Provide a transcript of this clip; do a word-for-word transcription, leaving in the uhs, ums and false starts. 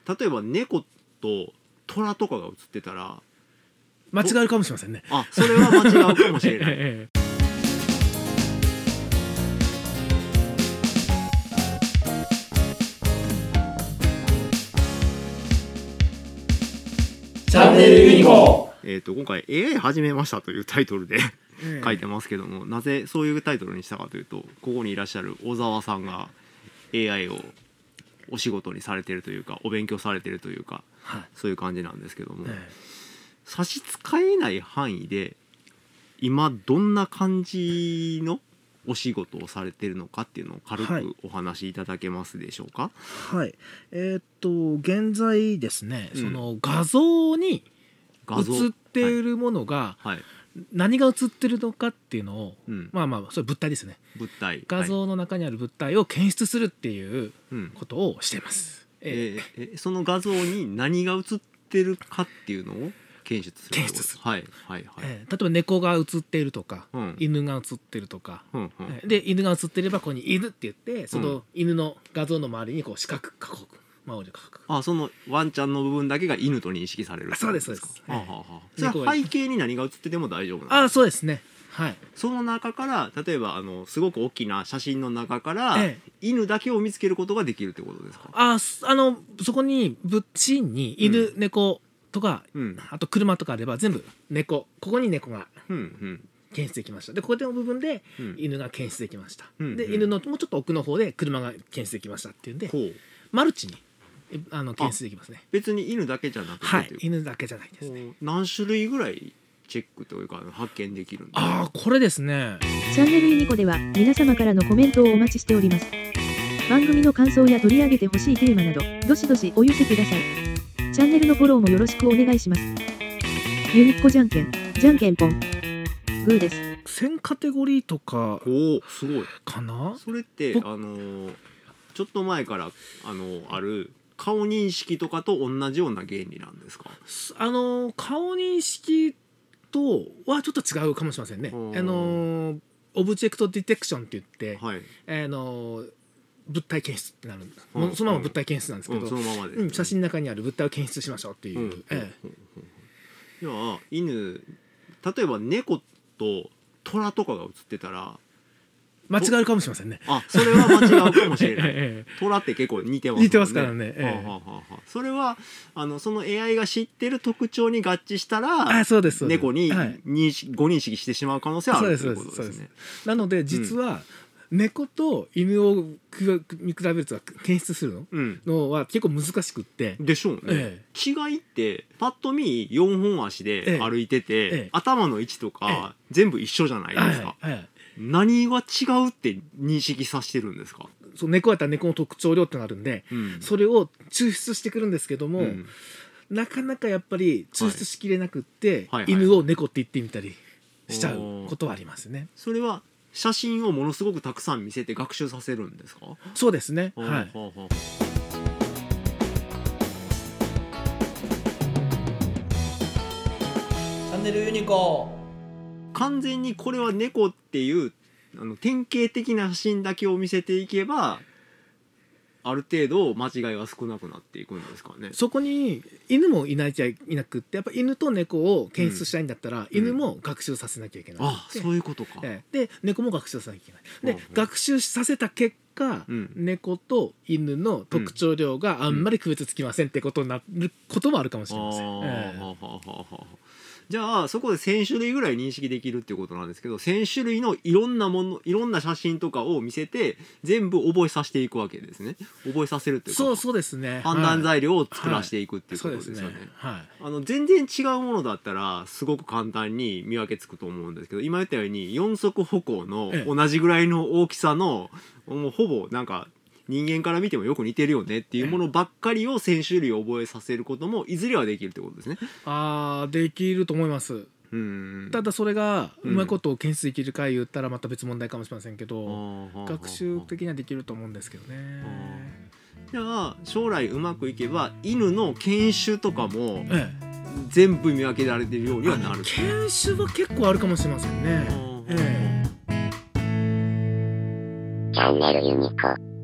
例えば猫と虎とかが写ってたら間違えるかもしれませんね。 あ、それは間違うかもしれない、 ええ、 チャンネルユニコーン。 えー、と今回 エーアイ 始めましたというタイトルで書いてますけども、なぜそういうタイトルにしたかというと、ここにいらっしゃる小沢さんが エーアイ をお仕事にされてるというか、お勉強されてるというか、 はい、 そういう感じなんですけども、 ええ、 差し支えない範囲で今どんな感じのお仕事をされてるのかっていうのを軽はいくお話しいただけますでしょうか。 はい、えーっと現在ですね、 うん、 その画像に画像映っているものがはいはい、 何が映ってるのかっていうのを、 うん、 まあまあそれ物体ですね。 物体、 画像の中にある物体を検出するっていうことをしています、 うん、えー、えその画像に何が映ってるかっていうのを検出する検出する、 はいはいはい、 えー、例えば猫が映っているとか、うん、犬が映っているとか、 うんうん、 えー、で犬が映っていればここに犬って言ってその犬の画像の周りにこう四角く囲く、周りを囲く、 あ、そのワンちゃんの部分だけが犬と認識される。 そうですそうです、 はあはあはあ、それは背景に何が映ってても大丈夫なんですか。 あ、そうですね、はい、 その中から例えばあのすごく大きな写真の中から、 ええ、 犬だけを見つけることができるってことですか。 ああのそこに物シーンに犬、うん、猫とか、うん、あと車とかあれば全部猫、ここに猫が検出できました。でここでの部分で犬が検出できました、うん、で犬のもうちょっと奥の方で車が検出できましたっていうんで、うん、マルチにあの検出できますね。 別に犬だけじゃなくて、 はい、犬だけじゃないですね。 何種類ぐらいチェックというか発見できるんですか。 ああ、これですね。 チャンネルユニコでは皆様からのコメントをお待ちしております。番組の感想や取り上げてほしいテーマなどどしどしお寄せください。チャンネルのフォローもよろしくお願いします。ユニコじゃんけんじゃんけんぽんグーです。 せんカテゴリーとかおすごいかな。 それってあのちょっと前からあのある顔認識とかと同じような原理なんですか。 あの顔認識とはちょっと違うかもしれませんね。あのオブジェクトディテクションって言って、はい、あの物体検出ってなるんです、うん、そのまま物体検出なんですけど、うん、そのままです、ね、うん、写真の中にある物体を検出しましょうっていう、うんええ、 では犬、例えば猫と虎とかが写ってたら間違えるかもしれませんね。 あ、それは間違うかもしれない、ええ、虎って結構似てますもんね。 似てますからね、ええ、 はあはあはあ、それはあのその エーアイ が知ってる特徴に合致したらあ、そうですそうです、 猫に認識、はい、誤認識してしまう可能性はあるということですね。 なので実は、うん、猫と犬を見比べると検出する の,、のは結構難しくってでしょうね、ええ、違いってパッと見よんほん足で歩いてて、ええ、頭の位置とか、ええ、全部一緒じゃないですか、はいはい、何が違うって認識させてるんですか。 そう、猫だったら猫の特徴量ってのがあるんで、うん、それを抽出してくるんですけども、うん、なかなかやっぱり抽出しきれなくって、はい、犬を猫って言ってみたりしちゃうことはありますね。 それは写真をものすごくたくさん見せて学習させるんですか。 そうですね、はい、はあはあ、 チャンネルユニコ。 完全にこれは猫っていうあの典型的な写真だけを見せていけばある程度間違いは少なくなっていくんですかね。 そこに犬もいないじゃいなくってやっぱ犬と猫を検出したいんだったら、うん、犬も学習させなきゃいけない、うん、 あ、そういうことか、 ええ、で猫も学習させなきゃいけないで、うん、学習させた結果、うん、猫と犬の特徴量があんまり区別つきませんってことになることもあるかもしれません、うんええ、 じゃあそこでせん種類ぐらい認識できるっていうことなんですけど、せん種類のいろんなもの、いろんな写真とかを見せて全部覚えさせていくわけですね。覚えさせるっていうか、 そうそうですね、 判断材料を作らせていくっていうことですよね。はいはいはい、あの全然違うものだったらすごく簡単に見分けつくと思うんですけど、今言ったように四足歩行の同じぐらいの大きさの、ええ、もうほぼなんか人間から見てもよく似てるよねっていうものばっかりをせん種類覚えさせることもいずれはできるってことですね。 あー、できると思います。うん、ただそれがうまいことを検出できるか言ったらまた別問題かもしれませんけど、うん、学習的にはできると思うんですけどね。 じゃあ将来うまくいけば犬の犬種とかも全部見分けられてるようにはなる。 犬種は結構あるかもしれませんね。ええ、 チャンネルユニコ。